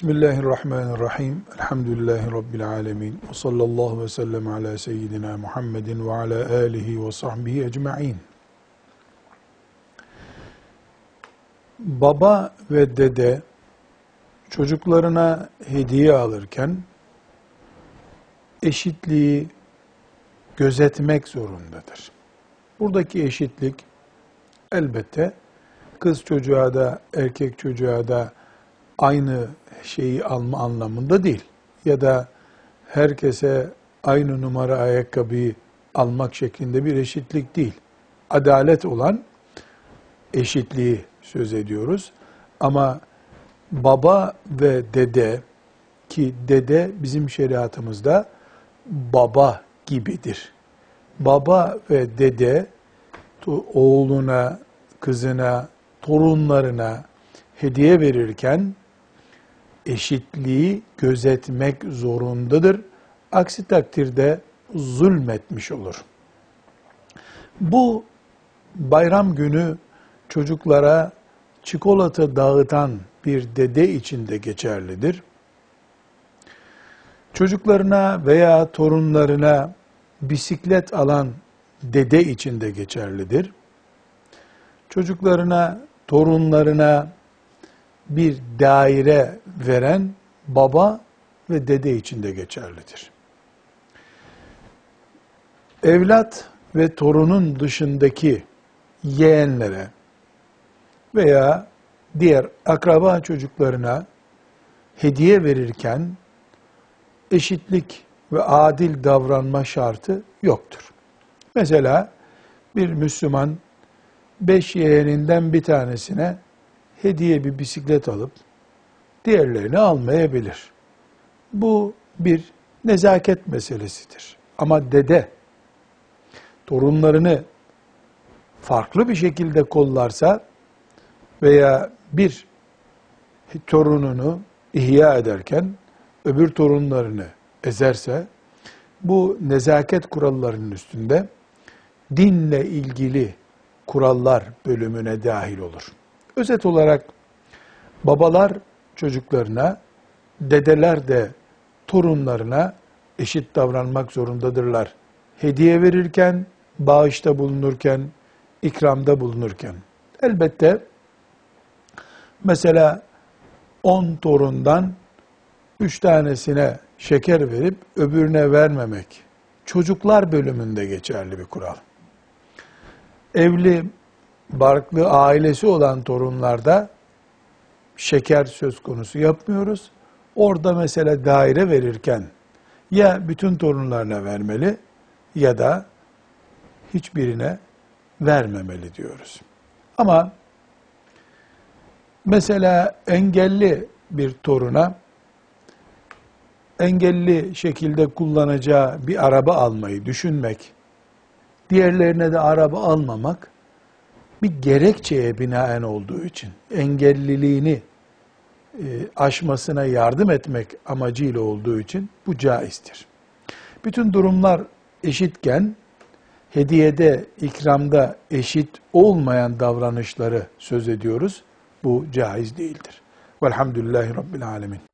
Bismillahirrahmanirrahim. Elhamdülillahi Rabbil alemin. Ve sallallahu ve sellem ala seyyidina Muhammedin ve ala alihi ve sahbihi ecma'in. Baba ve dede çocuklarına hediye alırken eşitliği gözetmek zorundadır. Buradaki eşitlik elbette kız çocuğa da erkek çocuğa da aynı şeyi alma anlamında değil. Ya da herkese aynı numara ayakkabıyı almak şeklinde bir eşitlik değil. Adalet olan eşitliği söz ediyoruz. Ama baba ve dede, ki dede bizim şeriatımızda baba gibidir. Baba ve dede oğluna, kızına, torunlarına hediye verirken eşitliği gözetmek zorundadır. Aksi takdirde zulmetmiş olur. Bu bayram günü çocuklara çikolata dağıtan bir dede için de geçerlidir. Çocuklarına veya torunlarına bisiklet alan dede için de geçerlidir. Çocuklarına, torunlarına bir daire veren baba ve dede için de geçerlidir. Evlat ve torunun dışındaki yeğenlere veya diğer akraba çocuklarına hediye verirken eşitlik ve adil davranma şartı yoktur. Mesela bir Müslüman 5 yeğeninden bir tanesine hediye bir bisiklet alıp diğerlerini almayabilir. Bu bir nezaket meselesidir. Ama dede torunlarını farklı bir şekilde kollarsa veya bir torununu ihya ederken öbür torunlarını ezerse bu nezaket kurallarının üstünde dinle ilgili kurallar bölümüne dahil olur. Özet olarak babalar çocuklarına, dedeler de torunlarına eşit davranmak zorundadırlar. Hediye verirken, bağışta bulunurken, ikramda bulunurken. Elbette mesela 10 torundan 3 tanesine şeker verip öbürüne vermemek çocuklar bölümünde geçerli bir kural. Evli, barklı ailesi olan torunlarda şeker söz konusu yapmıyoruz. Orada mesela daire verirken ya bütün torunlarına vermeli ya da hiçbirine vermemeli diyoruz. Ama mesela engelli bir toruna engelli şekilde kullanacağı bir araba almayı düşünmek, diğerlerine de araba almamak bir gerekçeye binaen olduğu için, engelliliğini aşmasına yardım etmek amacıyla olduğu için bu caizdir. Bütün durumlar eşitken, hediyede, ikramda eşit olmayan davranışları söz ediyoruz. Bu caiz değildir. Velhamdülillahi Rabbil alemin.